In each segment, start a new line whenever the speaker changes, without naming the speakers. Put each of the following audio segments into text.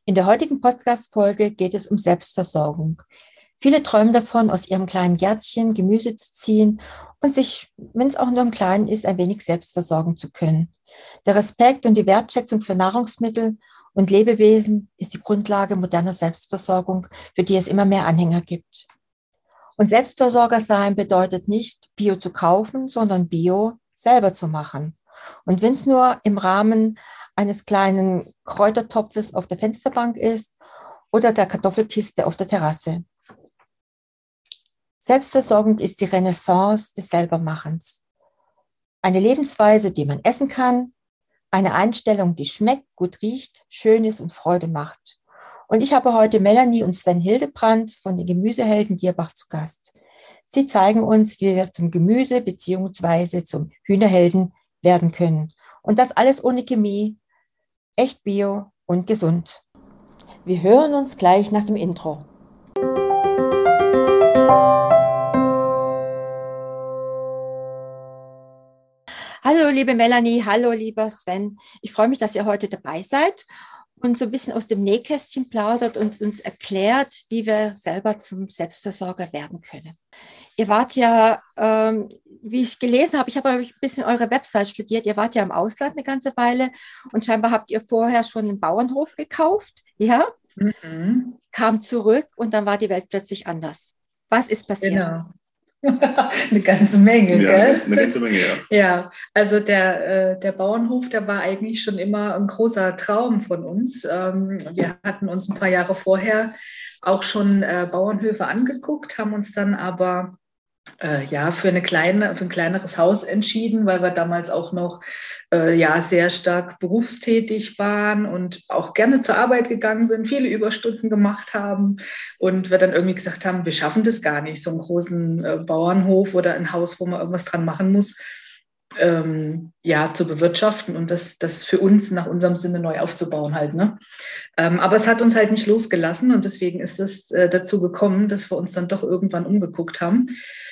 In der heutigen Podcast-Folge geht es um Selbstversorgung. Viele träumen davon, aus ihrem kleinen Gärtchen Gemüse zu ziehen und sich, wenn es auch nur im Kleinen ist, ein wenig selbst versorgen zu können. Der Respekt und die Wertschätzung für Nahrungsmittel und Lebewesen ist die Grundlage moderner Selbstversorgung, für die es immer mehr Anhänger gibt. Und Selbstversorger sein bedeutet nicht, Bio zu kaufen, sondern Bio selber zu machen. Und wenn es nur im Rahmen eines kleinen Kräutertopfes auf der Fensterbank ist oder der Kartoffelkiste auf der Terrasse. Selbstversorgung ist die Renaissance des Selbermachens. Eine Lebensweise, die man essen kann, eine Einstellung, die schmeckt, gut riecht, schön ist und Freude macht. Und ich habe heute Melanie und Sven Hildebrandt von den Gemüsehelden Dierbach zu Gast. Sie zeigen uns, wie wir zum Gemüse bzw. zum Hühnerhelden werden können. Und das alles ohne Chemie, echt bio und gesund. Wir hören uns gleich nach dem Intro. Hallo liebe Melanie, hallo lieber Sven. Ich freue mich, dass ihr heute dabei seid und so ein bisschen aus dem Nähkästchen plaudert und uns erklärt, wie wir selber zum Selbstversorger werden können. Ihr wart ja, wie ich gelesen habe, ich habe ein bisschen eure Website studiert, ihr wart ja im Ausland eine ganze Weile und scheinbar habt ihr vorher schon einen Bauernhof gekauft, ja? Kam zurück und dann war die Welt plötzlich anders. Was ist passiert?
Genau. Eine ganze Menge,
ja,
gell?
Eine ganze Menge, ja.
Ja, also der Bauernhof, der war eigentlich schon immer ein großer Traum von uns. Wir hatten uns ein paar Jahre vorher auch schon Bauernhöfe angeguckt, haben uns dann aber für ein kleineres Haus entschieden, weil wir damals auch noch sehr stark berufstätig waren und auch gerne zur Arbeit gegangen sind, viele Überstunden gemacht haben und wir dann irgendwie gesagt haben, wir schaffen das gar nicht, so einen großen Bauernhof oder ein Haus, wo man irgendwas dran machen muss, zu bewirtschaften und das für uns nach unserem Sinne neu aufzubauen halt, ne? Aber es hat uns halt nicht losgelassen und deswegen ist es dazu gekommen, dass wir uns dann doch irgendwann umgeguckt haben.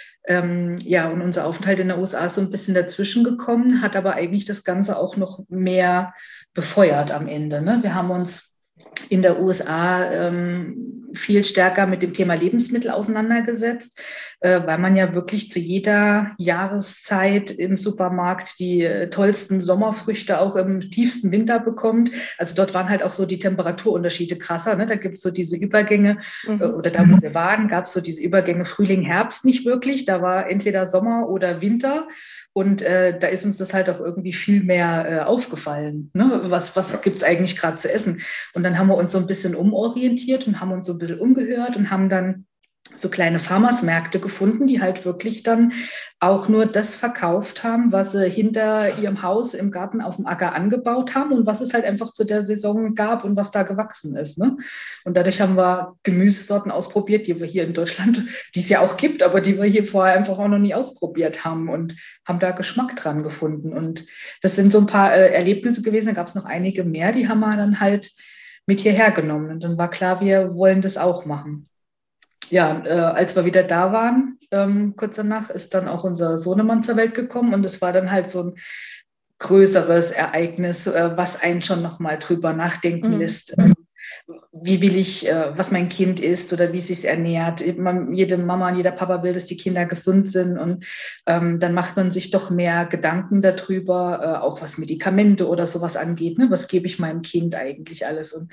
Und unser Aufenthalt in den USA ist so ein bisschen dazwischen gekommen, hat aber eigentlich das Ganze auch noch mehr befeuert am Ende, ne? Wir haben uns in der USA viel stärker mit dem Thema Lebensmittel auseinandergesetzt, weil man ja wirklich zu jeder Jahreszeit im Supermarkt die tollsten Sommerfrüchte auch im tiefsten Winter bekommt. Also dort waren halt auch so die Temperaturunterschiede krasser, ne? Da gibt es so diese Übergänge, oder da, wo wir waren, gab es so diese Übergänge Frühling, Herbst nicht wirklich. Da war entweder Sommer oder Winter. Und da ist uns das halt auch irgendwie viel mehr aufgefallen, ne? Was gibt es eigentlich gerade zu essen? Und dann haben wir uns so ein bisschen umorientiert und haben uns so ein bisschen umgehört und haben dann so kleine Farmersmärkte gefunden, die halt wirklich dann auch nur das verkauft haben, was sie hinter ihrem Haus im Garten auf dem Acker angebaut haben und was es halt einfach zu der Saison gab und was da gewachsen ist, ne? Und dadurch haben wir Gemüsesorten ausprobiert, die wir hier in Deutschland, die es ja auch gibt, aber die wir hier vorher einfach auch noch nie ausprobiert haben und haben da Geschmack dran gefunden. Und das sind so ein paar Erlebnisse gewesen, da gab es noch einige mehr, die haben wir dann halt mit hierher genommen. Und dann war klar, wir wollen das auch machen. Ja, als wir wieder da waren, kurz danach, ist dann auch unser Sohnemann zur Welt gekommen und es war dann halt so ein größeres Ereignis, was einen schon nochmal drüber nachdenken lässt. Wie will ich, was mein Kind isst oder wie es sich ernährt. Jede Mama und jeder Papa will, dass die Kinder gesund sind und dann macht man sich doch mehr Gedanken darüber, auch was Medikamente oder sowas angeht, ne? Was gebe ich meinem Kind eigentlich alles? Und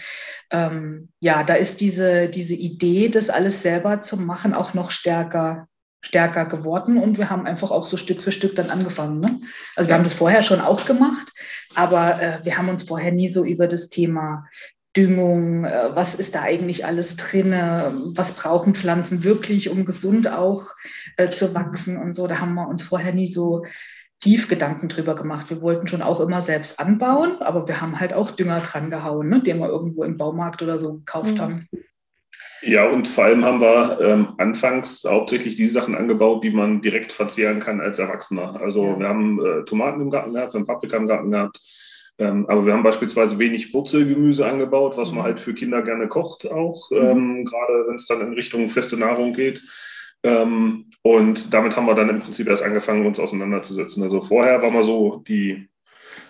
da ist diese Idee, das alles selber zu machen, auch noch stärker geworden und wir haben einfach auch so Stück für Stück dann angefangen, ne? Also wir haben das vorher schon auch gemacht, aber wir haben uns vorher nie so über das Thema Düngung, was ist da eigentlich alles drin, was brauchen Pflanzen wirklich, um gesund auch zu wachsen und so. Da haben wir uns vorher nie so tief Gedanken drüber gemacht. Wir wollten schon auch immer selbst anbauen, aber wir haben halt auch Dünger dran gehauen, ne, den wir irgendwo im Baumarkt oder so gekauft haben.
Ja, und vor allem haben wir anfangs hauptsächlich die Sachen angebaut, die man direkt verzehren kann als Erwachsener. Also wir haben Tomaten im Garten gehabt, wir haben Paprika im Garten gehabt. Aber wir haben beispielsweise wenig Wurzelgemüse angebaut, was man halt für Kinder gerne kocht auch, gerade wenn es dann in Richtung feste Nahrung geht. Und damit haben wir dann im Prinzip erst angefangen, uns auseinanderzusetzen. Also vorher war mal so die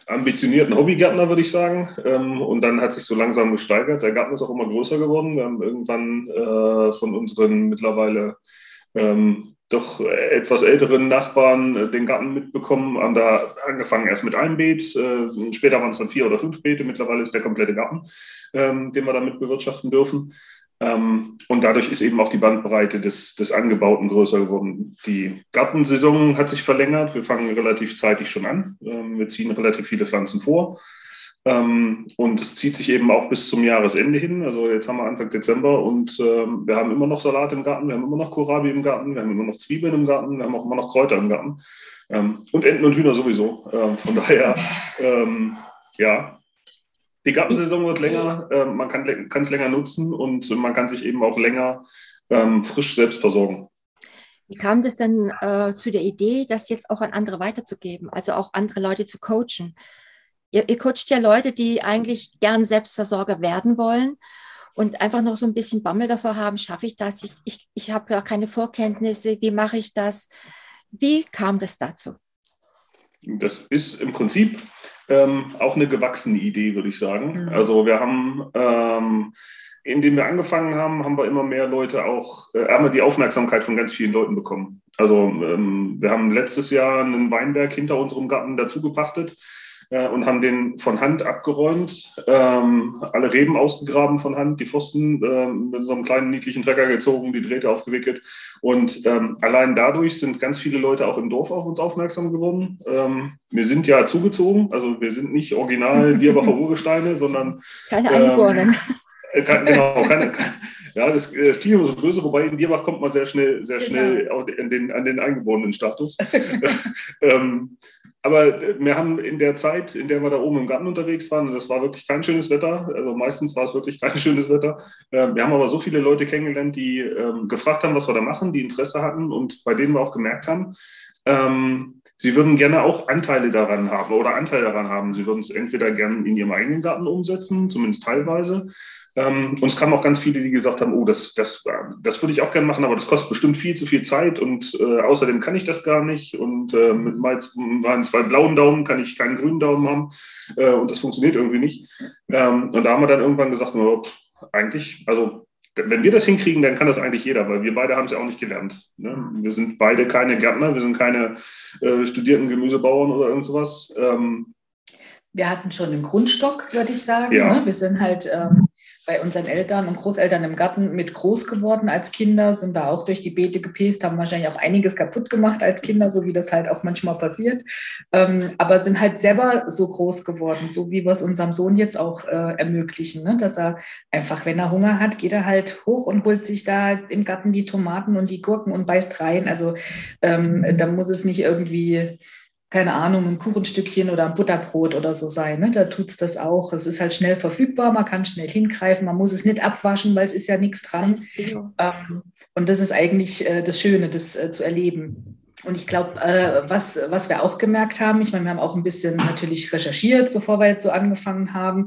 ambitionierten Hobbygärtner, würde ich sagen. Und dann hat sich so langsam gesteigert. Der Garten ist auch immer größer geworden. Wir haben irgendwann von unseren mittlerweile doch etwas älteren Nachbarn den Garten mitbekommen, haben da angefangen erst mit einem Beet, später waren es dann 4 oder 5 Beete, mittlerweile ist der komplette Garten, den wir damit bewirtschaften dürfen. Und dadurch ist eben auch die Bandbreite des Angebauten größer geworden. Die Gartensaison hat sich verlängert, wir fangen relativ zeitig schon an, wir ziehen relativ viele Pflanzen vor. Und es zieht sich eben auch bis zum Jahresende hin. Also jetzt haben wir Anfang Dezember und wir haben immer noch Salat im Garten, wir haben immer noch Kohlrabi im Garten, wir haben immer noch Zwiebeln im Garten, wir haben auch immer noch Kräuter im Garten und Enten und Hühner sowieso. Von daher, ja, die Gartensaison wird länger, man kann es länger nutzen und man kann sich eben auch länger frisch selbst versorgen.
Wie kam das denn zu der Idee, das jetzt auch an andere weiterzugeben, also auch andere Leute zu coachen? Ihr coacht ja Leute, die eigentlich gern Selbstversorger werden wollen und einfach noch so ein bisschen Bammel davor haben, schaffe ich das? Ich habe ja keine Vorkenntnisse, wie mache ich das? Wie kam das dazu?
Das ist im Prinzip auch eine gewachsene Idee, würde ich sagen. Also wir haben, indem wir angefangen haben, haben wir immer mehr Leute auch, haben wir die Aufmerksamkeit von ganz vielen Leuten bekommen. Also wir haben letztes Jahr einen Weinberg hinter unserem Garten dazu gepachtet und haben den von Hand abgeräumt, alle Reben ausgegraben von Hand, die Pfosten mit so einem kleinen niedlichen Trecker gezogen, die Drähte aufgewickelt. Und allein dadurch sind ganz viele Leute auch im Dorf auf uns aufmerksam geworden. Wir sind ja zugezogen, also wir sind nicht original Bierbacher Urgesteine, sondern
keine Eingeborenen.
Genau, ja, das klingt immer so böse, wobei in Dierbach kommt man sehr schnell genau an den eingeborenen Status. Aber wir haben in der Zeit, in der wir da oben im Garten unterwegs waren, und das war wirklich kein schönes Wetter, also meistens war es wirklich kein schönes Wetter. Wir haben aber so viele Leute kennengelernt, die gefragt haben, was wir da machen, die Interesse hatten und bei denen wir auch gemerkt haben, sie würden gerne auch Anteile daran haben oder Anteil daran haben. Sie würden es entweder gerne in ihrem eigenen Garten umsetzen, zumindest teilweise. Und es kamen auch ganz viele, die gesagt haben, oh, das würde ich auch gerne machen, aber das kostet bestimmt viel zu viel Zeit und außerdem kann ich das gar nicht und mit meinen 2 blauen Daumen kann ich keinen grünen Daumen haben und das funktioniert irgendwie nicht. Und da haben wir dann irgendwann gesagt, no, eigentlich, also wenn wir das hinkriegen, dann kann das eigentlich jeder, weil wir beide haben es ja auch nicht gelernt. Ne? Wir sind beide keine Gärtner, wir sind keine studierten Gemüsebauern oder irgend sowas.
Wir hatten schon einen Grundstock, würde ich sagen.
Ja.
Ne? Wir sind halt bei unseren Eltern und Großeltern im Garten mit groß geworden als Kinder, sind da auch durch die Beete gepäst, haben wahrscheinlich auch einiges kaputt gemacht als Kinder, so wie das halt auch manchmal passiert. Aber sind halt selber so groß geworden, so wie wir es unserem Sohn jetzt auch ermöglichen, ne? Dass er einfach, wenn er Hunger hat, geht er halt hoch und holt sich da im Garten die Tomaten und die Gurken und beißt rein. Also da muss es nicht irgendwie, keine Ahnung, ein Kuchenstückchen oder ein Butterbrot oder so sein. Ne? Da tut es das auch. Es ist halt schnell verfügbar, man kann schnell hingreifen, man muss es nicht abwaschen, weil es ist ja nichts dran. Und das ist eigentlich das Schöne, das zu erleben. Und ich glaube, was wir auch gemerkt haben, ich meine, wir haben auch ein bisschen natürlich recherchiert, bevor wir jetzt so angefangen haben,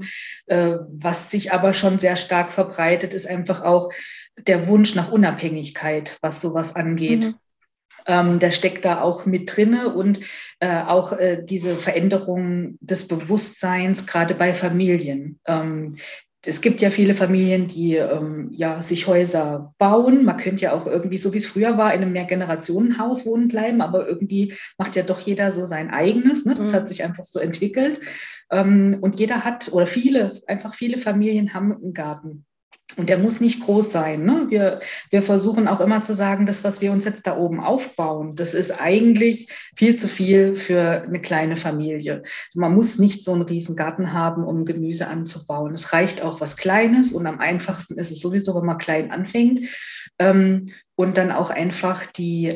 was sich aber schon sehr stark verbreitet, ist einfach auch der Wunsch nach Unabhängigkeit, was sowas angeht. Der steckt da auch mit drinne und auch diese Veränderung des Bewusstseins, gerade bei Familien. Es gibt ja viele Familien, die sich Häuser bauen. Man könnte ja auch irgendwie, so wie es früher war, in einem Mehrgenerationenhaus wohnen bleiben, aber irgendwie macht ja doch jeder so sein eigenes. Ne? Das hat sich einfach so entwickelt. Und jeder hat, oder viele Familien haben einen Garten. Und der muss nicht groß sein. Ne? Wir versuchen auch immer zu sagen, das, was wir uns jetzt da oben aufbauen, das ist eigentlich viel zu viel für eine kleine Familie. Also man muss nicht so einen riesen Garten haben, um Gemüse anzubauen. Es reicht auch was Kleines und am einfachsten ist es sowieso, wenn man klein anfängt und dann auch einfach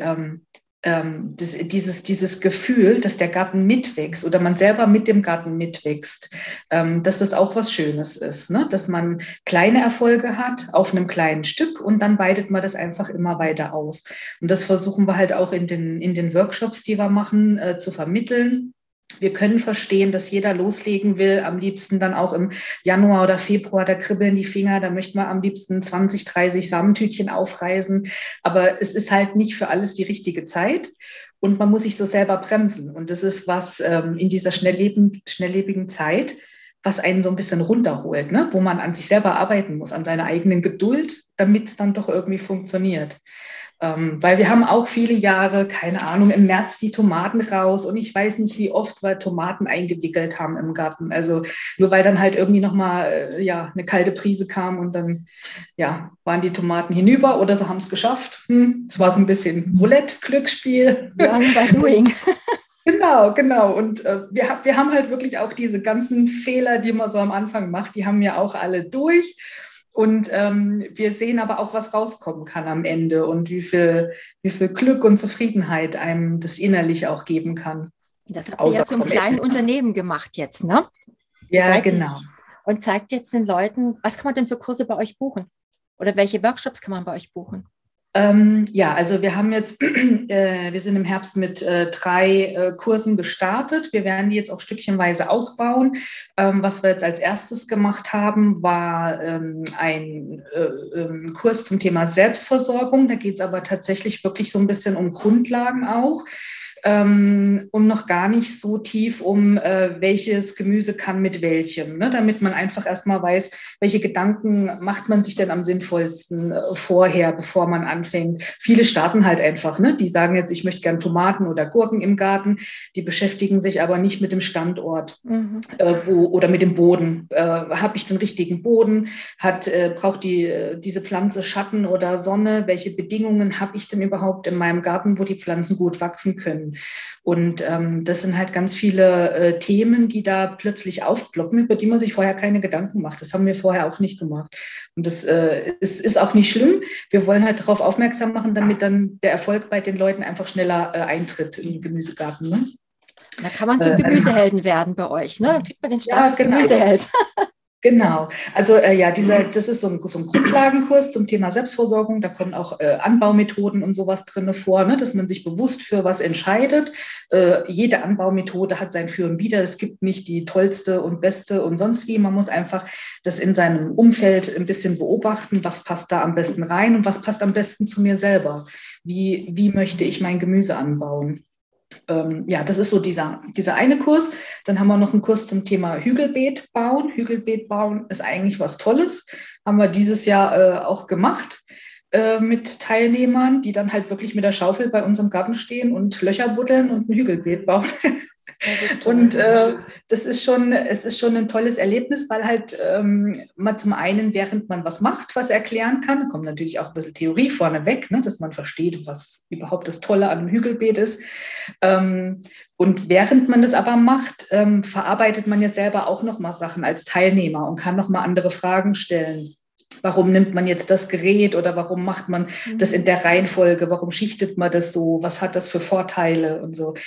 dieses Gefühl, dass der Garten mitwächst oder man selber mit dem Garten mitwächst, dass das auch was Schönes ist, ne? Dass man kleine Erfolge hat auf einem kleinen Stück und dann weitet man das einfach immer weiter aus. Und das versuchen wir halt auch in den Workshops, die wir machen, zu vermitteln. Wir können verstehen, dass jeder loslegen will, am liebsten dann auch im Januar oder Februar, da kribbeln die Finger, da möchte man am liebsten 20, 30 Samentütchen aufreißen, aber es ist halt nicht für alles die richtige Zeit und man muss sich so selber bremsen. Und das ist was in dieser schnelllebigen Zeit, was einen so ein bisschen runterholt, ne? Wo man an sich selber arbeiten muss, an seiner eigenen Geduld, damit es dann doch irgendwie funktioniert. Weil wir haben auch viele Jahre, keine Ahnung, im März die Tomaten raus und ich weiß nicht, wie oft wir Tomaten eingewickelt haben im Garten. Also nur weil dann halt irgendwie nochmal eine kalte Brise kam und dann waren die Tomaten hinüber oder sie haben es geschafft. Es war so ein bisschen Roulette-Glücksspiel.
Learning by doing.
Genau. Und wir haben halt wirklich auch diese ganzen Fehler, die man so am Anfang macht, die haben wir auch alle durch. Und wir sehen aber auch, was rauskommen kann am Ende und wie viel Glück und Zufriedenheit einem das innerlich auch geben kann.
Das habt ihr ja zum kleinen Unternehmen gemacht jetzt, ne?
Ja, genau.
Und zeigt jetzt den Leuten, was kann man denn für Kurse bei euch buchen? Oder welche Workshops kann man bei euch buchen?
Also wir sind im Herbst mit 3 Kursen gestartet. Wir werden die jetzt auch stückchenweise ausbauen. Was wir jetzt als erstes gemacht haben, war ein Kurs zum Thema Selbstversorgung. Da geht es aber tatsächlich wirklich so ein bisschen um Grundlagen auch. Und noch gar nicht so tief welches Gemüse kann mit welchem, ne? Damit man einfach erstmal weiß, welche Gedanken macht man sich denn am sinnvollsten vorher, bevor man anfängt. Viele starten halt einfach, ne? Die sagen jetzt, ich möchte gern Tomaten oder Gurken im Garten, die beschäftigen sich aber nicht mit dem Standort oder mit dem Boden. Habe ich den richtigen Boden? Braucht diese Pflanze Schatten oder Sonne? Welche Bedingungen habe ich denn überhaupt in meinem Garten, wo die Pflanzen gut wachsen können? Und das sind halt ganz viele Themen, die da plötzlich aufploppen, über die man sich vorher keine Gedanken macht. Das haben wir vorher auch nicht gemacht. Und das ist auch nicht schlimm. Wir wollen halt darauf aufmerksam machen, damit dann der Erfolg bei den Leuten einfach schneller eintritt im Gemüsegarten. Ne?
Da kann man zum Gemüsehelden werden bei euch, ne? Dann kriegt man den Status Gemüseheld.
Genau, also das ist so ein Grundlagenkurs zum Thema Selbstversorgung. Da kommen auch Anbaumethoden und sowas drin vor, ne, dass man sich bewusst für was entscheidet. Jede Anbaumethode hat sein Für und Wider. Es gibt nicht die tollste und beste und sonst wie. Man muss einfach das in seinem Umfeld ein bisschen beobachten, was passt da am besten rein und was passt am besten zu mir selber. Wie möchte ich mein Gemüse anbauen? Das ist so dieser eine Kurs. Dann haben wir noch einen Kurs zum Thema Hügelbeet bauen. Hügelbeet bauen ist eigentlich was Tolles. Haben wir dieses Jahr auch gemacht mit Teilnehmern, die dann halt wirklich mit der Schaufel bei uns im Garten stehen und Löcher buddeln und ein Hügelbeet bauen. Und es ist schon ein tolles Erlebnis, weil halt man zum einen, während man was macht, was erklären kann, kommt natürlich auch ein bisschen Theorie vorneweg, ne, dass man versteht, was überhaupt das Tolle an einem Hügelbeet ist. Und während man das aber macht, verarbeitet man ja selber auch nochmal Sachen als Teilnehmer und kann nochmal andere Fragen stellen. Warum nimmt man jetzt das Gerät oder warum macht man das in der Reihenfolge? Warum schichtet man das so? Was hat das für Vorteile und so?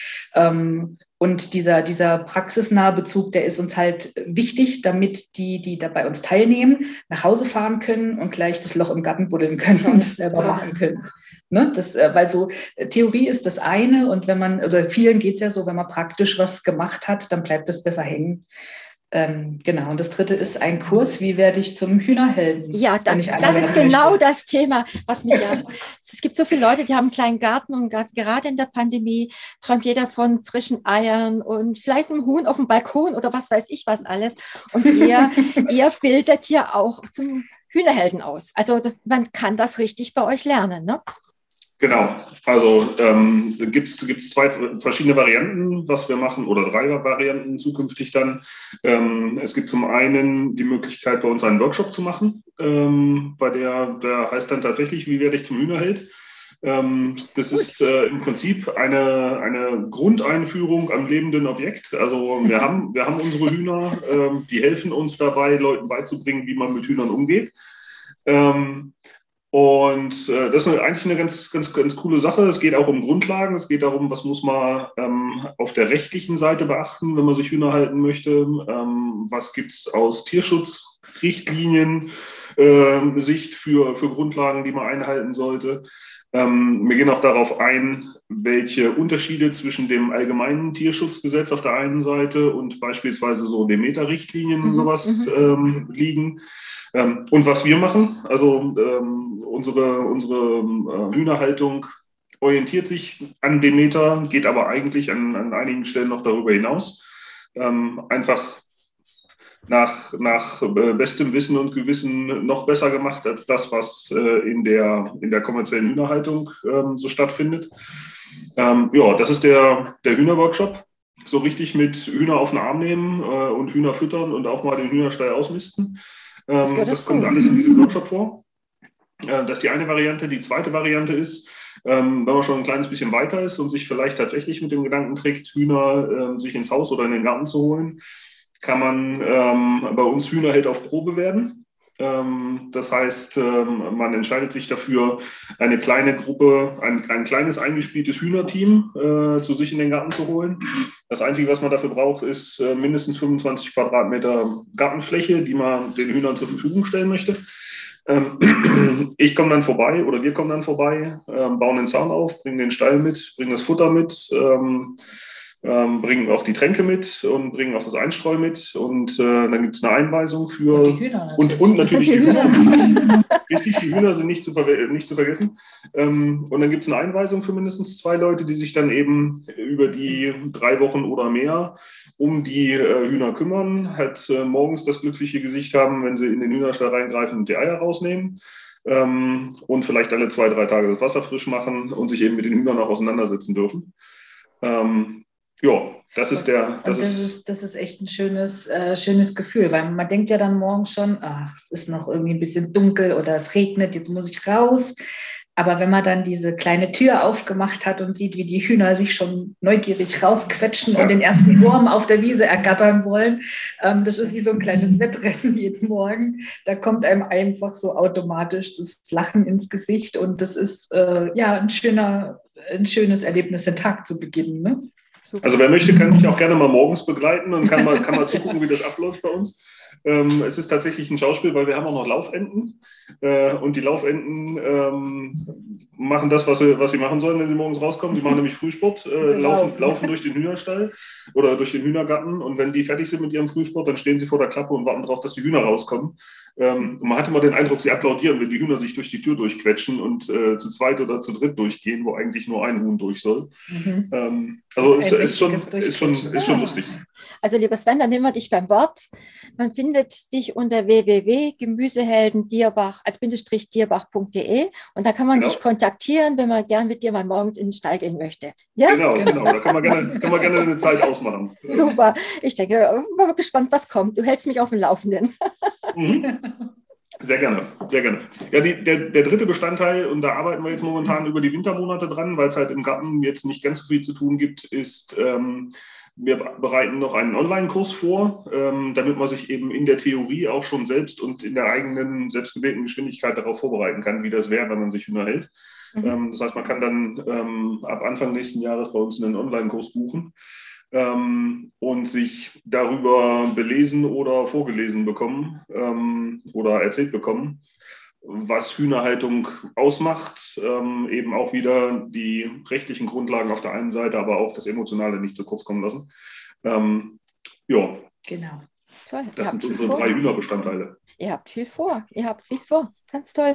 Und dieser praxisnahe Bezug, der ist uns halt wichtig, damit die da bei uns teilnehmen, nach Hause fahren können und gleich das Loch im Garten buddeln können und es selber machen können. Ne? Weil so Theorie ist das eine und vielen geht es ja so, wenn man praktisch was gemacht hat, dann bleibt es besser hängen. Genau, und das dritte ist ein Kurs, wie werde ich zum Hühnerhelden?
Ja, das ist genau das Thema, was mich es gibt so viele Leute, die haben einen kleinen Garten und gerade in der Pandemie träumt jeder von frischen Eiern und vielleicht einem Huhn auf dem Balkon oder was weiß ich was alles. Und ihr bildet hier auch zum Hühnerhelden aus. Also man kann das richtig bei euch lernen, ne?
Genau, also gibt es 2 verschiedene Varianten, was wir machen, oder 3 Varianten zukünftig dann. Es gibt zum einen die Möglichkeit, bei uns einen Workshop zu machen, der heißt dann tatsächlich, wie werde ich zum Hühnerheld? Das ist im Prinzip eine Grundeinführung am lebenden Objekt. Also wir haben unsere Hühner, die helfen uns dabei, Leuten beizubringen, wie man mit Hühnern umgeht. Und das ist eigentlich eine ganz, ganz, ganz coole Sache. Es geht auch um Grundlagen. Es geht darum, was muss man auf der rechtlichen Seite beachten, wenn man sich Hühner halten möchte. Was gibt es aus Tierschutzrichtlinien, Sicht für Grundlagen, die man einhalten sollte. Wir gehen auch darauf ein, welche Unterschiede zwischen dem allgemeinen Tierschutzgesetz auf der einen Seite und beispielsweise so Demeter-Richtlinien und sowas liegen. Und was wir machen, also unsere Hühnerhaltung orientiert sich an dem Meter, geht aber eigentlich an einigen Stellen noch darüber hinaus. Einfach nach bestem Wissen und Gewissen noch besser gemacht als das, was in der kommerziellen Hühnerhaltung so stattfindet. Ja, das ist der Hühnerworkshop. So richtig mit Hühner auf den Arm nehmen und Hühner füttern und auch mal den Hühnerstall ausmisten. Das kommt alles in diesem Workshop vor. Das ist die eine Variante. Die zweite Variante ist, wenn man schon ein kleines bisschen weiter ist und sich vielleicht tatsächlich mit dem Gedanken trägt, Hühner sich ins Haus oder in den Garten zu holen, kann man bei uns Hühnerheld auf Probe werden. Das heißt, man entscheidet sich dafür, eine kleine Gruppe, ein kleines eingespieltes Hühnerteam zu sich in den Garten zu holen. Das Einzige, was man dafür braucht, ist mindestens 25 Quadratmeter Gartenfläche, die man den Hühnern zur Verfügung stellen möchte. Ich komme dann vorbei oder wir kommen dann vorbei, bauen den Zaun auf, bringen den Stall mit, bringen das Futter mit, bringen auch die Tränke mit und bringen auch das Einstreu mit und dann gibt es eine Einweisung für
und die Hühner natürlich.
Und natürlich die Hühner. Richtig, die Hühner sind nicht zu vergessen. Und dann gibt es eine Einweisung für mindestens 2 Leute, die sich dann eben über die 3 Wochen oder mehr um die Hühner kümmern, halt morgens das glückliche Gesicht haben, wenn sie in den Hühnerstall reingreifen und die Eier rausnehmen. Und vielleicht alle 2, 3 Tage das Wasser frisch machen und sich eben mit den Hühnern auch auseinandersetzen dürfen. Ja, das ist
das ist echt ein schönes Gefühl, weil man denkt ja dann morgen schon, ach, es ist noch irgendwie ein bisschen dunkel oder es regnet, jetzt muss ich raus. Aber wenn man dann diese kleine Tür aufgemacht hat und sieht, wie die Hühner sich schon neugierig rausquetschen und den ersten Wurm auf der Wiese ergattern wollen, das ist wie so ein kleines Wettrennen jeden Morgen. Da kommt einem einfach so automatisch das Lachen ins Gesicht und das ist ein schönes Erlebnis, den Tag zu beginnen, ne?
Also wer möchte, kann mich auch gerne mal morgens begleiten und kann mal zugucken, wie das abläuft bei uns. Es ist tatsächlich ein Schauspiel, weil wir haben auch noch Laufenten. Und die Laufenten machen das, was sie machen sollen, wenn sie morgens rauskommen. Die machen nämlich Frühsport, laufen durch den Hühnerstall oder durch den Hühnergarten. Und wenn die fertig sind mit ihrem Frühsport, dann stehen sie vor der Klappe und warten darauf, dass die Hühner rauskommen. Und man hat immer den Eindruck, sie applaudieren, wenn die Hühner sich durch die Tür durchquetschen und zu zweit oder zu dritt durchgehen, wo eigentlich nur ein Huhn durch soll. Also es ist schon lustig.
Also lieber Sven, dann nehmen wir dich beim Wort. Man findet dich unter www.gemüsehelden-dierbach.de und da kann man dich kontaktieren, wenn man gern mit dir mal morgens in den Stall gehen möchte. Ja?
Genau. Da kann man gerne eine Zeit ausmachen.
Super. Ich denke, ich bin gespannt, was kommt. Du hältst mich auf dem Laufenden.
Sehr gerne. Ja, der dritte Bestandteil, und da arbeiten wir jetzt momentan über die Wintermonate dran, weil es halt im Garten jetzt nicht ganz so viel zu tun gibt, ist, wir bereiten noch einen Online-Kurs vor, damit man sich eben in der Theorie auch schon selbst und in der eigenen selbstgewählten Geschwindigkeit darauf vorbereiten kann, wie das wäre, wenn man sich Hühner hält. Das heißt, man kann dann ab Anfang nächsten Jahres bei uns einen Online-Kurs buchen und sich darüber belesen oder vorgelesen bekommen oder erzählt bekommen, was Hühnerhaltung ausmacht, eben auch wieder die rechtlichen Grundlagen auf der einen Seite, aber auch das Emotionale nicht zu kurz kommen lassen. Ja,
genau.
Toll.
Das sind unsere 3 Hühnerbestandteile.
Ihr habt viel vor, ganz toll.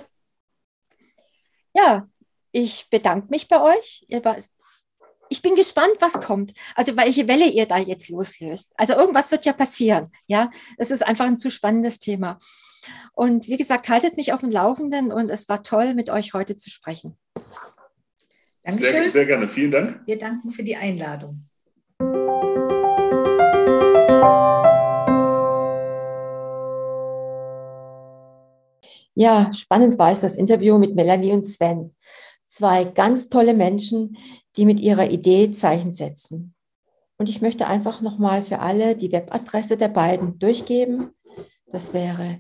Ja, ich bedanke mich bei euch. Ich bin gespannt, was kommt. Also welche Welle ihr da jetzt loslöst. Also irgendwas wird ja passieren. Ja, das ist einfach ein zu spannendes Thema. Und wie gesagt, haltet mich auf dem Laufenden und es war toll, mit euch heute zu sprechen.
Dankeschön.
Sehr, sehr gerne. Vielen Dank.
Wir danken für die Einladung.
Ja, spannend war es das Interview mit Melanie und Sven. 2 ganz tolle Menschen, die mit ihrer Idee Zeichen setzen. Und ich möchte einfach nochmal für alle die Webadresse der beiden durchgeben. Das wäre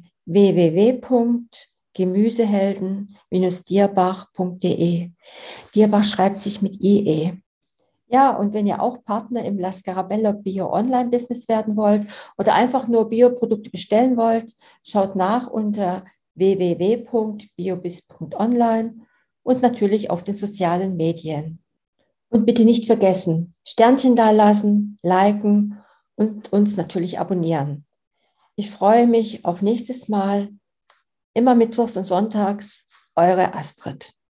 www.gemüsehelden-dierbach.de. Dierbach schreibt sich mit IE. Ja, und wenn ihr auch Partner im La Scarabella Bio Online Business werden wollt oder einfach nur Bioprodukte bestellen wollt, schaut nach unter www.biobis.online und natürlich auf den sozialen Medien. Und bitte nicht vergessen, Sternchen dalassen, liken und uns natürlich abonnieren. Ich freue mich auf nächstes Mal, immer mittwochs und sonntags, eure Astrid.